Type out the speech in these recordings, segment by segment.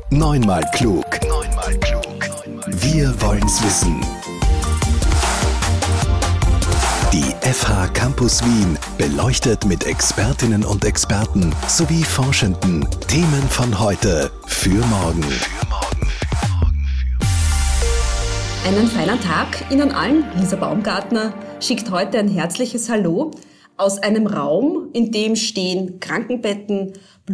Neunmal klug. Neunmal klug. Wir wollen's wissen. Die FH Campus Wien beleuchtet mit Expertinnen und Experten sowie Forschenden Themen von heute für morgen. Einen feinen Tag Ihnen allen. Lisa Baumgartner schickt heute ein herzliches Hallo aus einem Raum, in dem stehen Krankenbetten,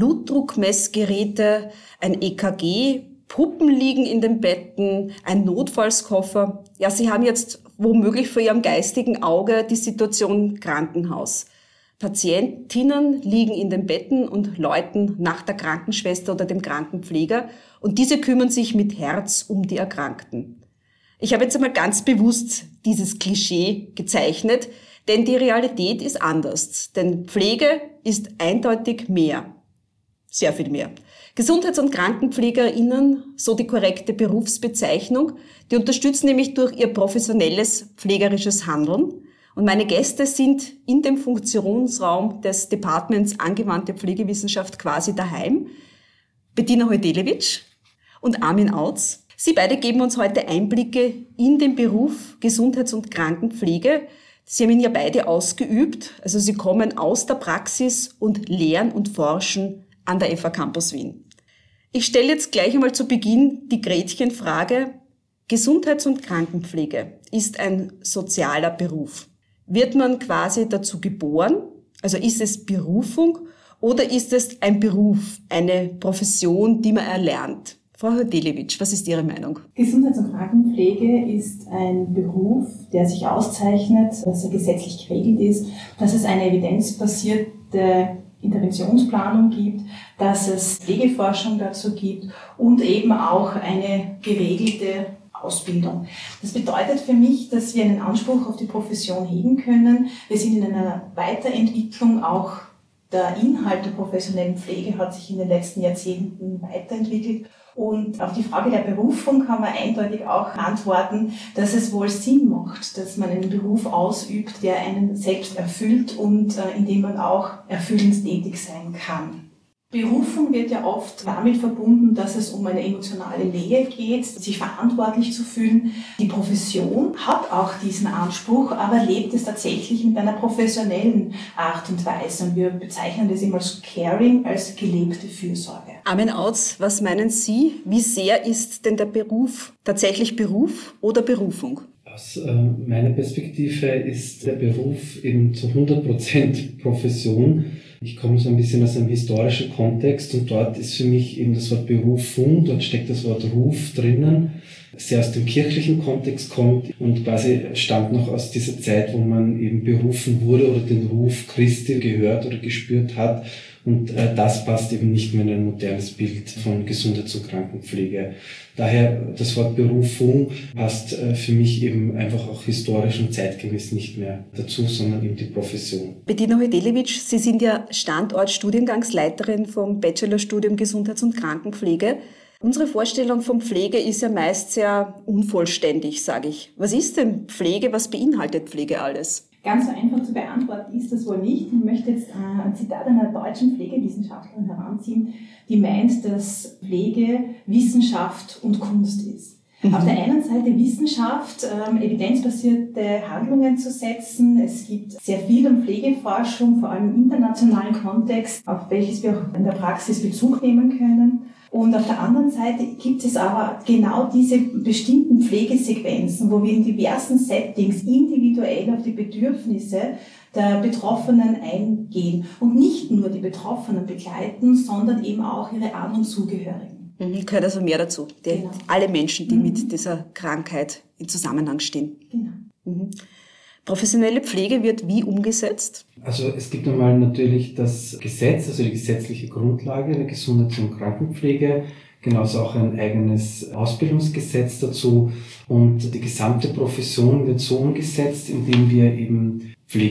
Blutdruckmessgeräte, ein EKG, Puppen liegen in den Betten, ein Notfallskoffer. Ja, Sie haben jetzt womöglich vor Ihrem geistigen Auge die Situation Krankenhaus. Patientinnen liegen in den Betten und läuten nach der Krankenschwester oder dem Krankenpfleger und diese kümmern sich mit Herz um die Erkrankten. Ich habe jetzt einmal ganz bewusst dieses Klischee gezeichnet, denn die Realität ist anders. Denn Pflege ist eindeutig mehr. Sehr viel mehr. Gesundheits- und KrankenpflegerInnen, so die korrekte Berufsbezeichnung, die unterstützen nämlich durch ihr professionelles pflegerisches Handeln. Und meine Gäste sind in dem Funktionsraum des Departments Angewandte Pflegewissenschaft quasi daheim. Bettina Hojdelewitsch und Armin Autz. Sie beide geben uns heute Einblicke in den Beruf Gesundheits- und Krankenpflege. Sie haben ihn ja beide ausgeübt. Also Sie kommen aus der Praxis und lehren und forschen an der FH Campus Wien. Ich stelle jetzt gleich einmal zu Beginn die Gretchenfrage. Gesundheits- und Krankenpflege ist ein sozialer Beruf. Wird man quasi dazu geboren? Also ist es Berufung oder ist es ein Beruf, eine Profession, die man erlernt? Frau Hojdelewitsch, was ist Ihre Meinung? Gesundheits- und Krankenpflege ist ein Beruf, der sich auszeichnet, dass er gesetzlich geregelt ist, dass es eine evidenzbasierte Interventionsplanung gibt, dass es Pflegeforschung dazu gibt und eben auch eine geregelte Ausbildung. Das bedeutet für mich, dass wir einen Anspruch auf die Profession heben können. Wir sind in einer Weiterentwicklung, auch der Inhalt der professionellen Pflege hat sich in den letzten Jahrzehnten weiterentwickelt. Und auf die Frage der Berufung kann man eindeutig auch antworten, dass es wohl Sinn macht, dass man einen Beruf ausübt, der einen selbst erfüllt und in dem man auch erfüllend tätig sein kann. Berufung wird ja oft damit verbunden, dass es um eine emotionale Nähe geht, sich verantwortlich zu fühlen. Die Profession hat auch diesen Anspruch, aber lebt es tatsächlich mit einer professionellen Art und Weise. Und wir bezeichnen das immer als Caring, als gelebte Fürsorge. Armin Autz, was meinen Sie? Wie sehr ist denn der Beruf tatsächlich Beruf oder Berufung? Aus meiner Perspektive ist der Beruf eben zu 100% Profession. Ich komme so ein bisschen aus einem historischen Kontext und dort ist für mich eben das Wort Berufung, dort steckt das Wort Ruf drinnen, sehr aus dem kirchlichen Kontext kommt und quasi stammt noch aus dieser Zeit, wo man eben berufen wurde oder den Ruf Christi gehört oder gespürt hat. Und das passt eben nicht mehr in ein modernes Bild von Gesundheits- und Krankenpflege. Daher das Wort Berufung passt für mich eben einfach auch historisch und zeitgemäß nicht mehr dazu, sondern eben die Profession. Bettina Hojdelewitsch, Sie sind ja Standortstudiengangsleiterin vom Bachelorstudium Gesundheits- und Krankenpflege. Unsere Vorstellung von Pflege ist ja meist sehr unvollständig, sage ich. Was ist denn Pflege? Was beinhaltet Pflege alles? Ganz so einfach zu beantworten ist das wohl nicht. Ich möchte jetzt ein Zitat einer deutschen Pflegewissenschaftlerin heranziehen, die meint, dass Pflege Wissenschaft und Kunst ist. Auf der einen Seite Wissenschaft, evidenzbasierte Handlungen zu setzen. Es gibt sehr viel um Pflegeforschung, vor allem im internationalen Kontext, auf welches wir auch in der Praxis Bezug nehmen können. Und auf der anderen Seite gibt es aber genau diese bestimmten Pflegesequenzen, wo wir in diversen Settings individuell auf die Bedürfnisse der Betroffenen eingehen und nicht nur die Betroffenen begleiten, sondern eben auch ihre An- und Zugehörigen. Gehört also mehr dazu. Genau. Alle Menschen, die mit dieser Krankheit in Zusammenhang stehen. Genau. Professionelle Pflege wird wie umgesetzt? Also es gibt einmal natürlich das Gesetz, also die gesetzliche Grundlage der Gesundheits- und Krankenpflege, genauso auch ein eigenes Ausbildungsgesetz dazu. Und die gesamte Profession wird so umgesetzt, indem wir eben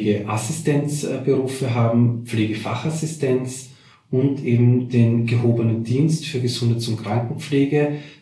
Pflegeassistenzberufe haben, Pflegefachassistenz und eben den gehobenen Dienst für Gesundheits- und Krankenpflege,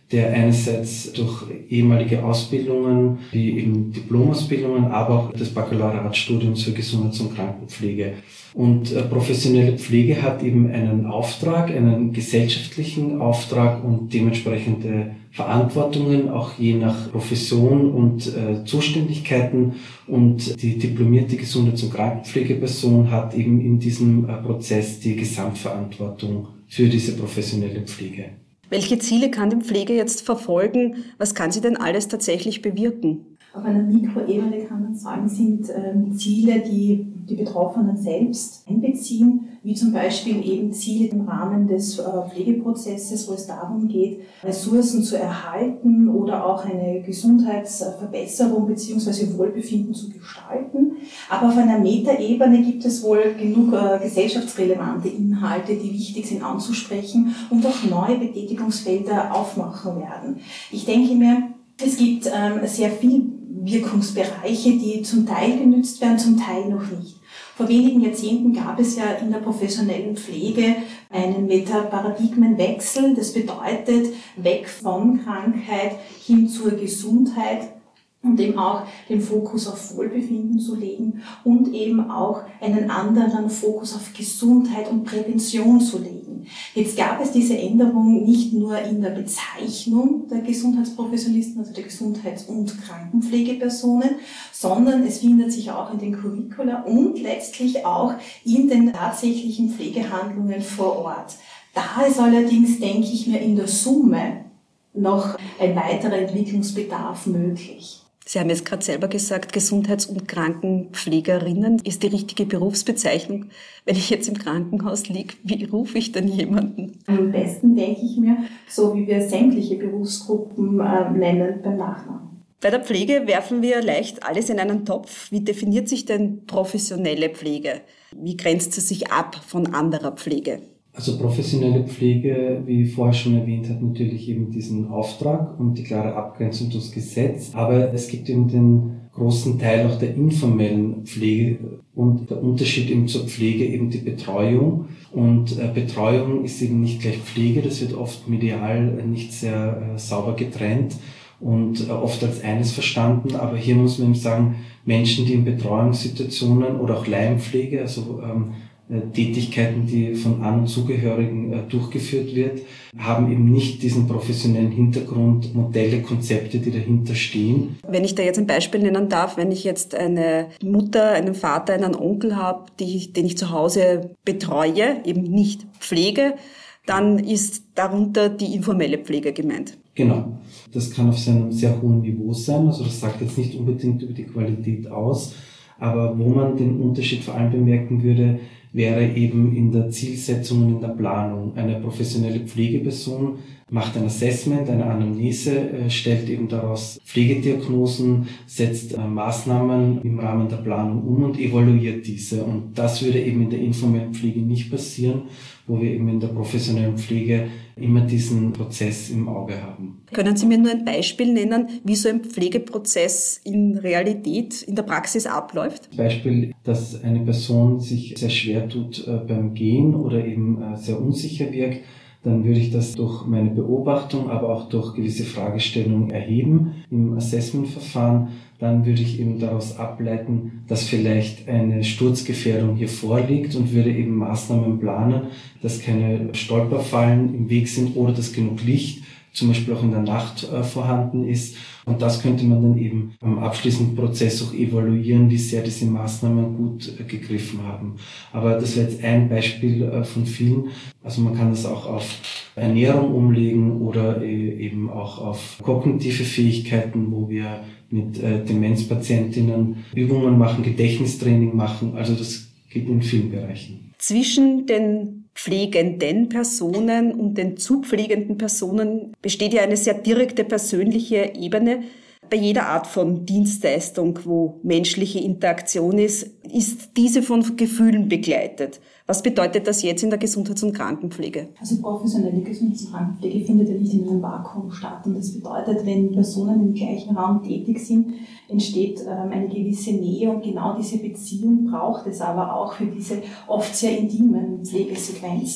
der einerseits durch ehemalige Ausbildungen, wie eben Diplomausbildungen, aber auch das Baccalaureatstudium für Gesundheits- und Krankenpflege. Und professionelle Pflege hat eben einen Auftrag, einen gesellschaftlichen Auftrag und dementsprechende Verantwortungen, auch je nach Profession und Zuständigkeiten. Und die diplomierte Gesundheits- und Krankenpflegeperson hat eben in diesem Prozess die Gesamtverantwortung für diese professionelle Pflege. Welche Ziele kann die Pflege jetzt verfolgen? Was kann sie denn alles tatsächlich bewirken? Auf einer Mikroebene kann man sagen, sind Ziele, die die Betroffenen selbst einbeziehen, wie zum Beispiel eben Ziele im Rahmen des Pflegeprozesses, wo es darum geht, Ressourcen zu erhalten oder auch eine Gesundheitsverbesserung bzw. Wohlbefinden zu gestalten. Aber auf einer Metaebene gibt es wohl genug gesellschaftsrelevante Inhalte, die wichtig sind anzusprechen und auch neue Betätigungsfelder aufmachen werden. Ich denke mir, es gibt sehr viel Wirkungsbereiche, die zum Teil genützt werden, zum Teil noch nicht. Vor wenigen Jahrzehnten gab es ja in der professionellen Pflege einen Metaparadigmenwechsel. Das bedeutet, weg von Krankheit hin zur Gesundheit und eben auch den Fokus auf Wohlbefinden zu legen und eben auch einen anderen Fokus auf Gesundheit und Prävention zu legen. Jetzt gab es diese Änderung nicht nur in der Bezeichnung der Gesundheitsprofessionisten, also der Gesundheits- und Krankenpflegepersonen, sondern es findet sich auch in den Curricula und letztlich auch in den tatsächlichen Pflegehandlungen vor Ort. Da ist allerdings, denke ich mir, in der Summe noch ein weiterer Entwicklungsbedarf möglich. Sie haben jetzt gerade selber gesagt, Gesundheits- und Krankenpflegerinnen ist die richtige Berufsbezeichnung. Wenn ich jetzt im Krankenhaus liege, wie rufe ich denn jemanden? Am besten denke ich mir, so wie wir sämtliche Berufsgruppen nennen, beim Nachnamen. Bei der Pflege werfen wir leicht alles in einen Topf. Wie definiert sich denn professionelle Pflege? Wie grenzt sie sich ab von anderer Pflege? Also professionelle Pflege, wie vorher schon erwähnt, hat natürlich eben diesen Auftrag und die klare Abgrenzung durchs Gesetz. Aber es gibt eben den großen Teil auch der informellen Pflege und der Unterschied eben zur Pflege eben die Betreuung. Und Betreuung ist eben nicht gleich Pflege, das wird oft medial nicht sehr sauber getrennt und oft als eines verstanden. Aber hier muss man eben sagen, Menschen, die in Betreuungssituationen oder auch Leimpflege, also Tätigkeiten, die von An- und Zugehörigen durchgeführt wird, haben eben nicht diesen professionellen Hintergrund, Modelle, Konzepte, die dahinter stehen. Wenn ich da jetzt ein Beispiel nennen darf, wenn ich jetzt eine Mutter, einen Vater, einen Onkel habe, den ich zu Hause betreue, eben nicht pflege, dann ist darunter die informelle Pflege gemeint. Genau. Das kann auf einem sehr hohen Niveau sein, also das sagt jetzt nicht unbedingt über die Qualität aus, aber wo man den Unterschied vor allem bemerken würde, wäre eben in der Zielsetzung und in der Planung. Eine professionelle Pflegeperson macht ein Assessment, eine Anamnese, stellt eben daraus Pflegediagnosen, setzt Maßnahmen im Rahmen der Planung um und evaluiert diese. Und das würde eben in der informellen Pflege nicht passieren, wo wir eben in der professionellen Pflege immer diesen Prozess im Auge haben. Können Sie mir nur ein Beispiel nennen, wie so ein Pflegeprozess in Realität, in der Praxis abläuft? Beispiel, dass eine Person sich sehr schwer tut beim Gehen oder eben sehr unsicher wirkt, dann würde ich das durch meine Beobachtung, aber auch durch gewisse Fragestellungen erheben im Assessmentverfahren. Dann würde ich eben daraus ableiten, dass vielleicht eine Sturzgefährdung hier vorliegt und würde eben Maßnahmen planen, dass keine Stolperfallen im Weg sind oder dass genug Licht zum Beispiel auch in der Nacht vorhanden ist. Und das könnte man dann eben am abschließenden Prozess auch evaluieren, wie sehr diese Maßnahmen gut gegriffen haben. Aber das wäre jetzt ein Beispiel von vielen. Also man kann das auch auf Ernährung umlegen oder eben auch auf kognitive Fähigkeiten, wo wir mit Demenzpatientinnen Übungen machen, Gedächtnistraining machen. Also das geht in vielen Bereichen. Zwischen den pflegenden Personen und den zu pflegenden Personen besteht ja eine sehr direkte persönliche Ebene. Bei jeder Art von Dienstleistung, wo menschliche Interaktion ist diese von Gefühlen begleitet. Was bedeutet das jetzt in der Gesundheits- und Krankenpflege? Also professionelle Gesundheits- und Krankenpflege findet ja nicht in einem Vakuum statt. Und das bedeutet, wenn Personen im gleichen Raum tätig sind, entsteht eine gewisse Nähe. Und genau diese Beziehung braucht es aber auch für diese oft sehr intimen Pflegesequenzen.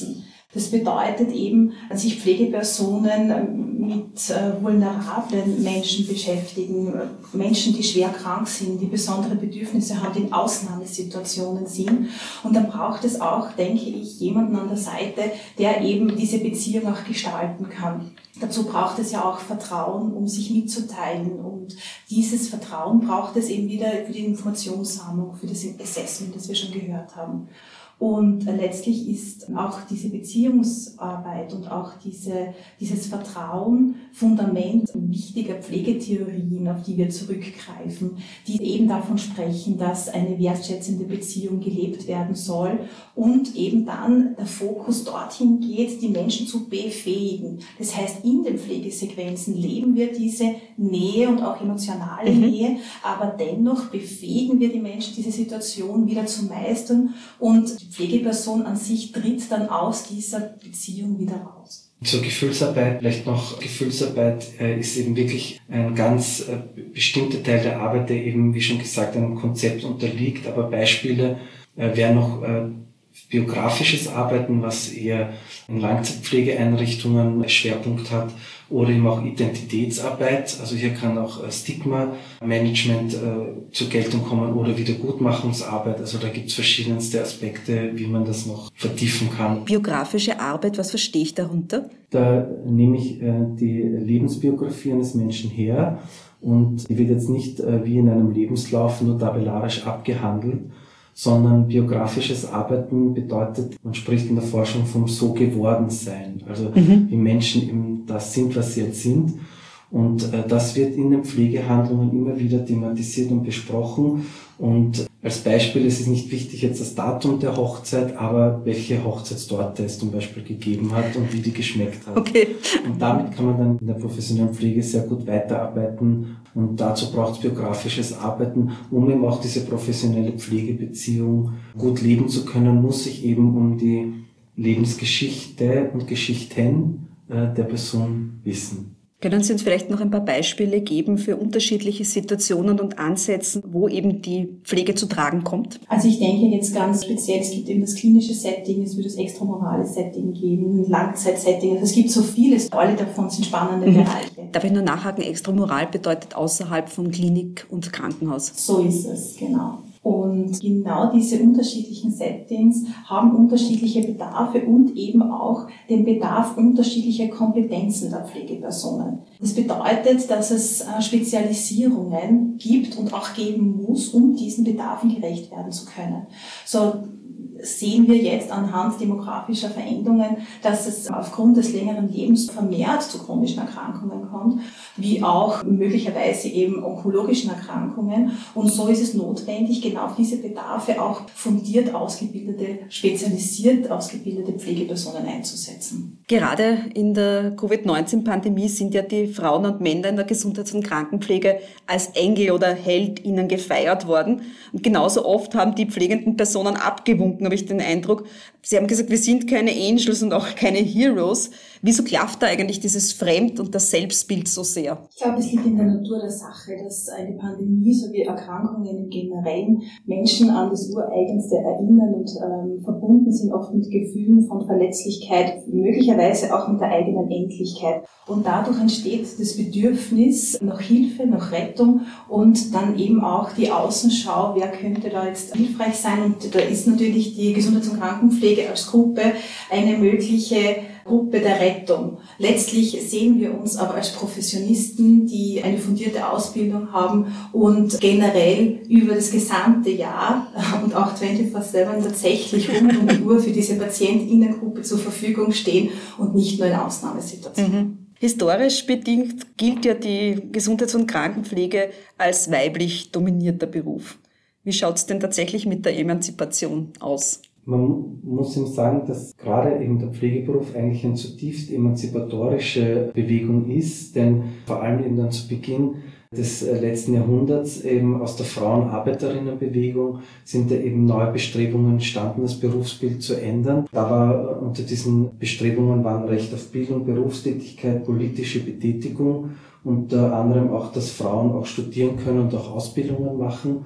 Das bedeutet eben, dass sich Pflegepersonen mit vulnerablen Menschen beschäftigen, Menschen, die schwer krank sind, die besondere Bedürfnisse haben, die in Ausnahmesituationen sind. Und dann braucht es auch, denke ich, jemanden an der Seite, der eben diese Beziehung auch gestalten kann. Dazu braucht es ja auch Vertrauen, um sich mitzuteilen. Und dieses Vertrauen braucht es eben wieder für die Informationssammlung, für das Assessment, das wir schon gehört haben. Und letztlich ist auch diese Beziehungsarbeit und auch dieses Vertrauen Fundament wichtiger Pflegetheorien, auf die wir zurückgreifen, die eben davon sprechen, dass eine wertschätzende Beziehung gelebt werden soll und eben dann der Fokus dorthin geht, die Menschen zu befähigen. Das heißt, in den Pflegesequenzen leben wir diese Nähe und auch emotionale Nähe, aber dennoch befähigen wir die Menschen, diese Situation wieder zu meistern und die Pflegeperson an sich tritt dann aus dieser Beziehung wieder raus. Zur Gefühlsarbeit, vielleicht noch, Gefühlsarbeit ist eben wirklich ein ganz bestimmter Teil der Arbeit, der eben, wie schon gesagt, einem Konzept unterliegt, aber Beispiele wären noch biografisches Arbeiten, was eher in Langzeitpflegeeinrichtungen Schwerpunkt hat, oder eben auch Identitätsarbeit. Also hier kann auch Stigma-Management zur Geltung kommen oder Wiedergutmachungsarbeit. Also da gibt es verschiedenste Aspekte, wie man das noch vertiefen kann. Biografische Arbeit, was verstehe ich darunter? Da nehme ich die Lebensbiografie eines Menschen her und die wird jetzt nicht wie in einem Lebenslauf nur tabellarisch abgehandelt, sondern biografisches Arbeiten bedeutet, man spricht in der Forschung vom so geworden sein, also wie Menschen eben das sind, was sie jetzt sind. Und das wird in den Pflegehandlungen immer wieder thematisiert und besprochen. Und als Beispiel, es ist nicht wichtig jetzt das Datum der Hochzeit, aber welche Hochzeitstorte es zum Beispiel gegeben hat und wie die geschmeckt hat. Okay. Und damit kann man dann in der professionellen Pflege sehr gut weiterarbeiten. Und dazu braucht es biografisches Arbeiten, um eben auch diese professionelle Pflegebeziehung gut leben zu können, muss ich eben um die Lebensgeschichte und Geschichten der Person wissen. Können Sie uns vielleicht noch ein paar Beispiele geben für unterschiedliche Situationen und Ansätze, wo eben die Pflege zu tragen kommt? Also ich denke jetzt ganz speziell, es gibt eben das klinische Setting, es wird das extramorale Setting geben, ein Langzeitsetting. Also es gibt so vieles, alle davon sind spannende Bereiche. Darf ich nur nachhaken, extramoral bedeutet außerhalb von Klinik und Krankenhaus? So ist es, genau. Und genau diese unterschiedlichen Settings haben unterschiedliche Bedarfe und eben auch den Bedarf unterschiedlicher Kompetenzen der Pflegepersonen. Das bedeutet, dass es Spezialisierungen gibt und auch geben muss, um diesen Bedarfen gerecht werden zu können. So sehen wir jetzt anhand demografischer Veränderungen, dass es aufgrund des längeren Lebens vermehrt zu chronischen Erkrankungen kommt, wie auch möglicherweise eben onkologischen Erkrankungen. Und so ist es notwendig, genau auf diese Bedarfe auch fundiert ausgebildete, spezialisiert ausgebildete Pflegepersonen einzusetzen. Gerade in der Covid-19-Pandemie sind ja die Frauen und Männer in der Gesundheits- und Krankenpflege als Engel oder HeldInnen gefeiert worden. Und genauso oft haben die pflegenden Personen abgewunken, habe ich den Eindruck. Sie haben gesagt, wir sind keine Angels und auch keine Heroes. Wieso klafft da eigentlich dieses Fremd- und das Selbstbild so sehr? Ich glaube, es liegt in der Natur der Sache, dass eine Pandemie sowie Erkrankungen im Generellen Menschen an das Ureigenste erinnern und verbunden sind oft mit Gefühlen von Verletzlichkeit, möglicherweise auch mit der eigenen Endlichkeit. Und dadurch entsteht das Bedürfnis nach Hilfe, nach Rettung und dann eben auch die Außenschau, wer könnte da jetzt hilfreich sein. Und da ist natürlich die Gesundheits- und Krankenpflege als Gruppe eine mögliche Gruppe der Rettung. Letztlich sehen wir uns aber als Professionisten, die eine fundierte Ausbildung haben und generell über das gesamte Jahr und auch 24/7 tatsächlich rund um die Uhr für diese PatientInnengruppe zur Verfügung stehen und nicht nur in Ausnahmesituationen. Historisch bedingt gilt ja die Gesundheits- und Krankenpflege als weiblich dominierter Beruf. Wie schaut es denn tatsächlich mit der Emanzipation aus? Man muss ihm sagen, dass gerade eben der Pflegeberuf eigentlich eine zutiefst emanzipatorische Bewegung ist, denn vor allem eben dann zu Beginn des letzten Jahrhunderts eben aus der Frauenarbeiterinnenbewegung sind da eben neue Bestrebungen entstanden, das Berufsbild zu ändern. Da war unter diesen Bestrebungen waren Recht auf Bildung, Berufstätigkeit, politische Betätigung, unter anderem auch, dass Frauen auch studieren können und auch Ausbildungen machen.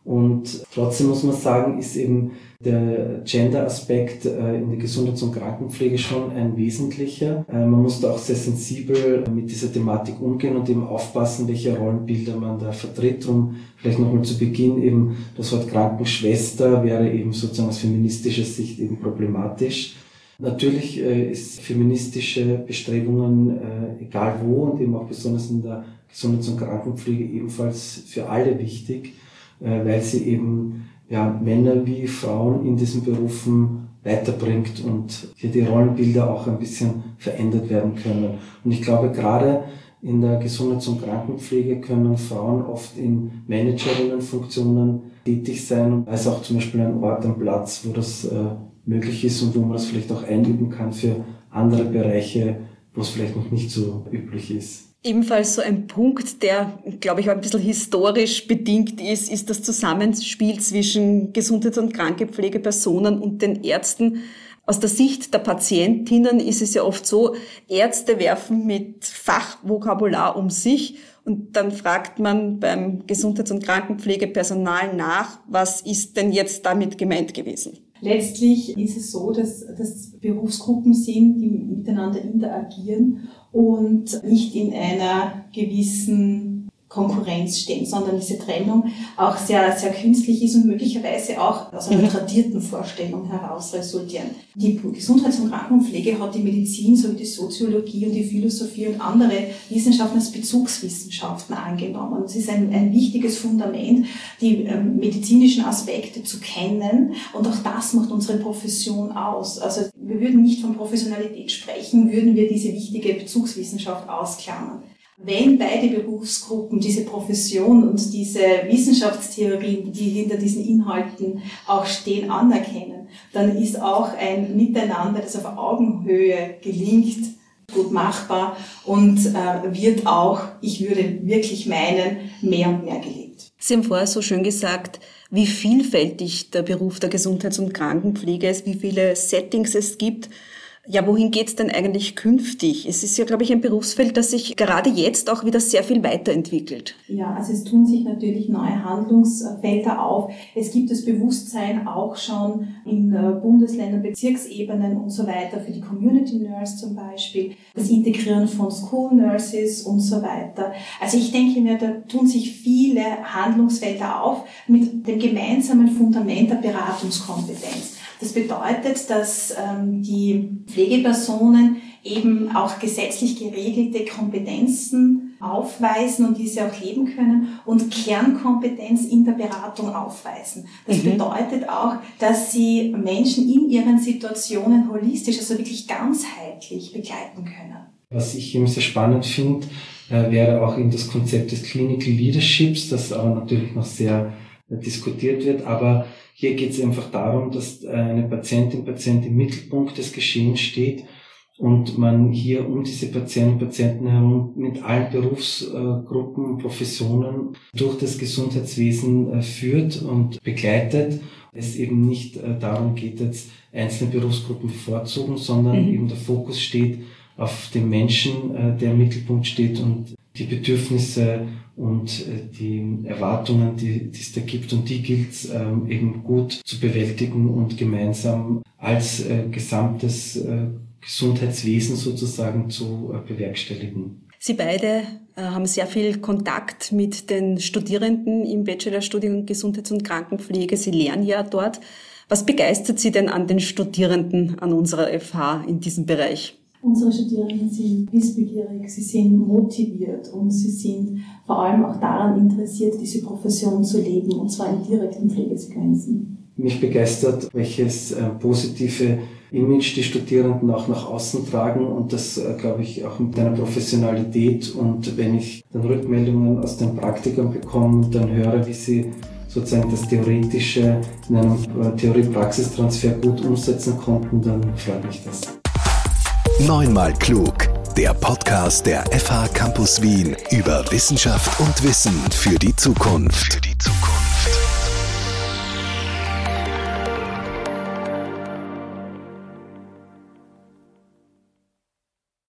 Und trotzdem muss man sagen, ist eben der Gender-Aspekt in der Gesundheits- und Krankenpflege schon ein wesentlicher. Man muss da auch sehr sensibel mit dieser Thematik umgehen und eben aufpassen, welche Rollenbilder man da vertritt. Drum vielleicht nochmal zu Beginn eben das Wort Krankenschwester wäre eben sozusagen aus feministischer Sicht eben problematisch. Natürlich ist feministische Bestrebungen, egal wo und eben auch besonders in der Gesundheits- und Krankenpflege ebenfalls für alle wichtig, weil sie eben Männer wie Frauen in diesen Berufen weiterbringt und hier die Rollenbilder auch ein bisschen verändert werden können. Und ich glaube, gerade in der Gesundheits- und Krankenpflege können Frauen oft in Managerinnenfunktionen tätig sein. Und da ist auch zum Beispiel ein Ort, ein Platz, wo das möglich ist und wo man das vielleicht auch einüben kann für andere Bereiche, wo es vielleicht noch nicht so üblich ist. Ebenfalls so ein Punkt, der, glaube ich, auch ein bisschen historisch bedingt ist das Zusammenspiel zwischen Gesundheits- und Krankenpflegepersonen und den Ärzten. Aus der Sicht der Patientinnen ist es ja oft so, Ärzte werfen mit Fachvokabular um sich und dann fragt man beim Gesundheits- und Krankenpflegepersonal nach, was ist denn jetzt damit gemeint gewesen? Letztlich ist es so, dass Berufsgruppen sind, die miteinander interagieren und nicht in einer gewissen Konkurrenz stehen, sondern diese Trennung auch sehr, sehr künstlich ist und möglicherweise auch aus einer tradierten Vorstellung heraus resultieren. Die Gesundheits- und Krankenpflege hat die Medizin sowie die Soziologie und die Philosophie und andere Wissenschaften als Bezugswissenschaften angenommen. Es ist ein wichtiges Fundament, die medizinischen Aspekte zu kennen, und auch das macht unsere Profession aus. Also wir würden nicht von Professionalität sprechen, würden wir diese wichtige Bezugswissenschaft ausklammern. Wenn beide Berufsgruppen diese Profession und diese Wissenschaftstheorien, die hinter diesen Inhalten auch stehen, anerkennen, dann ist auch ein Miteinander, das auf Augenhöhe gelingt, gut machbar und wird auch, ich würde wirklich meinen, mehr und mehr gelebt. Sie haben vorher so schön gesagt, wie vielfältig der Beruf der Gesundheits- und Krankenpflege ist, wie viele Settings es gibt. Ja, wohin geht's denn eigentlich künftig? Es ist ja, glaube ich, ein Berufsfeld, das sich gerade jetzt auch wieder sehr viel weiterentwickelt. Ja, also es tun sich natürlich neue Handlungsfelder auf. Es gibt das Bewusstsein auch schon in Bundesländern, Bezirksebenen und so weiter für die Community Nurse zum Beispiel, das Integrieren von School Nurses und so weiter. Also ich denke mir, da tun sich viele Handlungsfelder auf mit dem gemeinsamen Fundament der Beratungskompetenz. Das bedeutet, dass die Pflegepersonen eben auch gesetzlich geregelte Kompetenzen aufweisen und diese auch leben können und Kernkompetenz in der Beratung aufweisen. Das bedeutet auch, dass sie Menschen in ihren Situationen holistisch, also wirklich ganzheitlich begleiten können. Was ich eben sehr spannend finde, wäre auch eben das Konzept des Clinical Leaderships, das aber natürlich noch sehr diskutiert wird, aber hier geht es einfach darum, dass eine Patient im Mittelpunkt des Geschehens steht und man hier um diese Patienten herum mit allen Berufsgruppen und Professionen durch das Gesundheitswesen führt und begleitet. Es eben nicht darum geht, jetzt einzelne Berufsgruppen bevorzugen, sondern eben der Fokus steht auf den Menschen, der im Mittelpunkt steht und die Bedürfnisse und die Erwartungen, die es da gibt, und die gilt es eben gut zu bewältigen und gemeinsam als gesamtes Gesundheitswesen sozusagen zu bewerkstelligen. Sie beide haben sehr viel Kontakt mit den Studierenden im Bachelorstudium Gesundheits- und Krankenpflege. Sie lernen ja dort. Was begeistert Sie denn an den Studierenden an unserer FH in diesem Bereich? Unsere Studierenden sind wissbegierig, sie sind motiviert und sie sind vor allem auch daran interessiert, diese Profession zu leben, und zwar in direkten Pflegesequenzen. Mich begeistert, welches positive Image die Studierenden auch nach außen tragen, und das, glaube ich, auch mit einer Professionalität. Und wenn ich dann Rückmeldungen aus den Praktikern bekomme und dann höre, wie sie sozusagen das Theoretische in einem Theorie-Praxistransfer gut umsetzen konnten, dann freut mich das. Neunmal klug, der Podcast der FH Campus Wien über Wissenschaft und Wissen für die Zukunft.